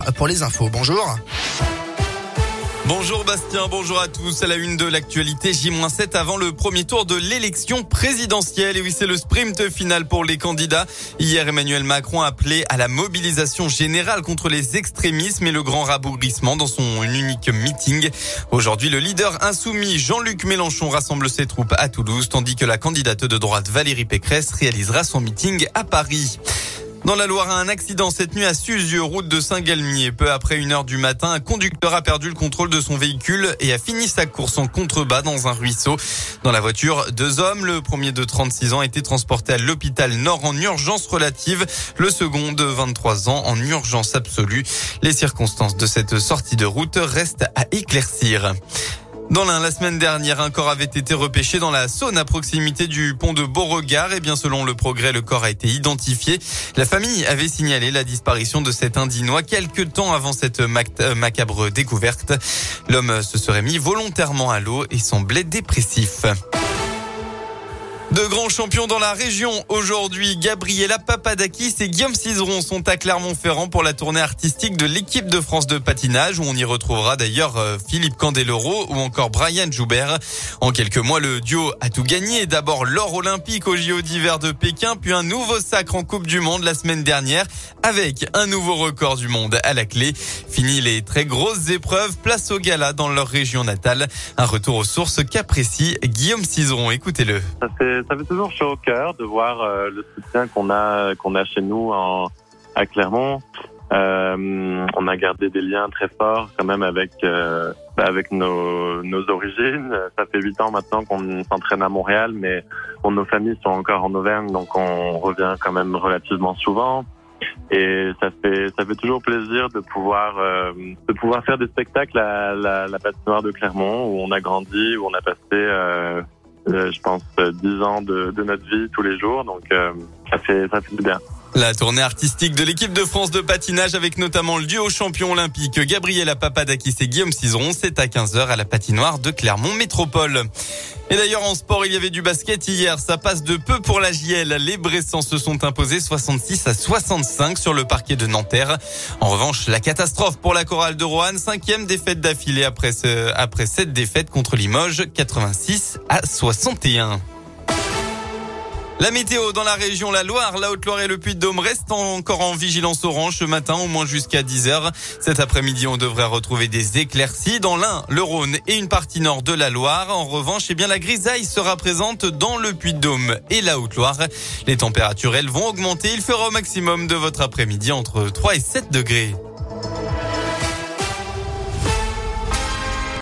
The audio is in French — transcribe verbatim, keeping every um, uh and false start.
pour les infos. Bonjour. Bonjour Bastien, bonjour à tous. À la une de l'actualité, J sept avant le premier tour de l'élection présidentielle. Et oui, c'est le sprint final pour les candidats. Hier, Emmanuel Macron a appelé à la mobilisation générale contre les extrémismes et le grand rabougrissement dans son unique meeting. Aujourd'hui, le leader insoumis Jean-Luc Mélenchon rassemble ses troupes à Toulouse, tandis que la candidate de droite Valérie Pécresse réalisera son meeting à Paris. Dans la Loire, un accident cette nuit à Suzieux, route de Saint-Galmier. Peu après une heure du matin, un conducteur a perdu le contrôle de son véhicule et a fini sa course en contrebas dans un ruisseau. Dans la voiture, deux hommes. Le premier de trente-six ans a été transporté à l'hôpital Nord en urgence relative. Le second de vingt-trois ans en urgence absolue. Les circonstances de cette sortie de route restent à éclaircir. Dans l'Ain, la semaine dernière, un corps avait été repêché dans la Saône à proximité du pont de Beauregard. Et bien, selon le Progrès, le corps a été identifié. La famille avait signalé la disparition de cet Indinois quelques temps avant cette macabre découverte. L'homme se serait mis volontairement à l'eau et semblait dépressif. De grands champions dans la région. Aujourd'hui, Gabriela Papadakis et Guillaume Cizeron sont à Clermont-Ferrand pour la tournée artistique de l'équipe de France de patinage, où on y retrouvera d'ailleurs Philippe Candeloro ou encore Brian Joubert. En quelques mois, le duo a tout gagné. D'abord l'or olympique au J O d'hiver de Pékin, puis un nouveau sacre en Coupe du Monde la semaine dernière, avec un nouveau record du monde à la clé. Fini les très grosses épreuves, place au gala dans leur région natale. Un retour aux sources qu'apprécie Guillaume Cizeron. Écoutez-le. Ça fait Ça fait toujours chaud au cœur de voir euh, le soutien qu'on a qu'on a chez nous en, à Clermont. Euh, on a gardé des liens très forts quand même avec euh, avec nos nos origines. Ça fait huit ans maintenant qu'on s'entraîne à Montréal, mais bon, nos familles sont encore en Auvergne, donc on revient quand même relativement souvent. Et ça fait ça fait toujours plaisir de pouvoir euh, de pouvoir faire des spectacles à la, la patinoire de Clermont, où on a grandi, où on a passé euh, Euh, je pense dix ans de, de notre vie tous les jours, donc euh, ça fait ça fait du bien. La tournée artistique de l'équipe de France de patinage avec notamment le duo champion olympique Gabriela Papadakis et Guillaume Cizeron, c'est à quinze heures à la patinoire de Clermont Métropole. Et d'ailleurs en sport, il y avait du basket hier, ça passe de peu pour la J L. Les Bressans se sont imposés soixante-six à soixante-cinq sur le parquet de Nanterre. En revanche, la catastrophe pour la chorale de Roanne, cinquième défaite d'affilée après ce, après cette défaite contre Limoges, quatre-vingt-six à soixante et un. La météo dans la région, la Loire, la Haute-Loire et le Puy-de-Dôme restent encore en vigilance orange ce matin, au moins jusqu'à dix heures. Cet après-midi, on devrait retrouver des éclaircies dans l'Ain, le Rhône et une partie nord de la Loire. En revanche, eh bien, la grisaille sera présente dans le Puy-de-Dôme et la Haute-Loire. Les températures, elles, vont augmenter. Il fera au maximum de votre après-midi entre trois et sept degrés.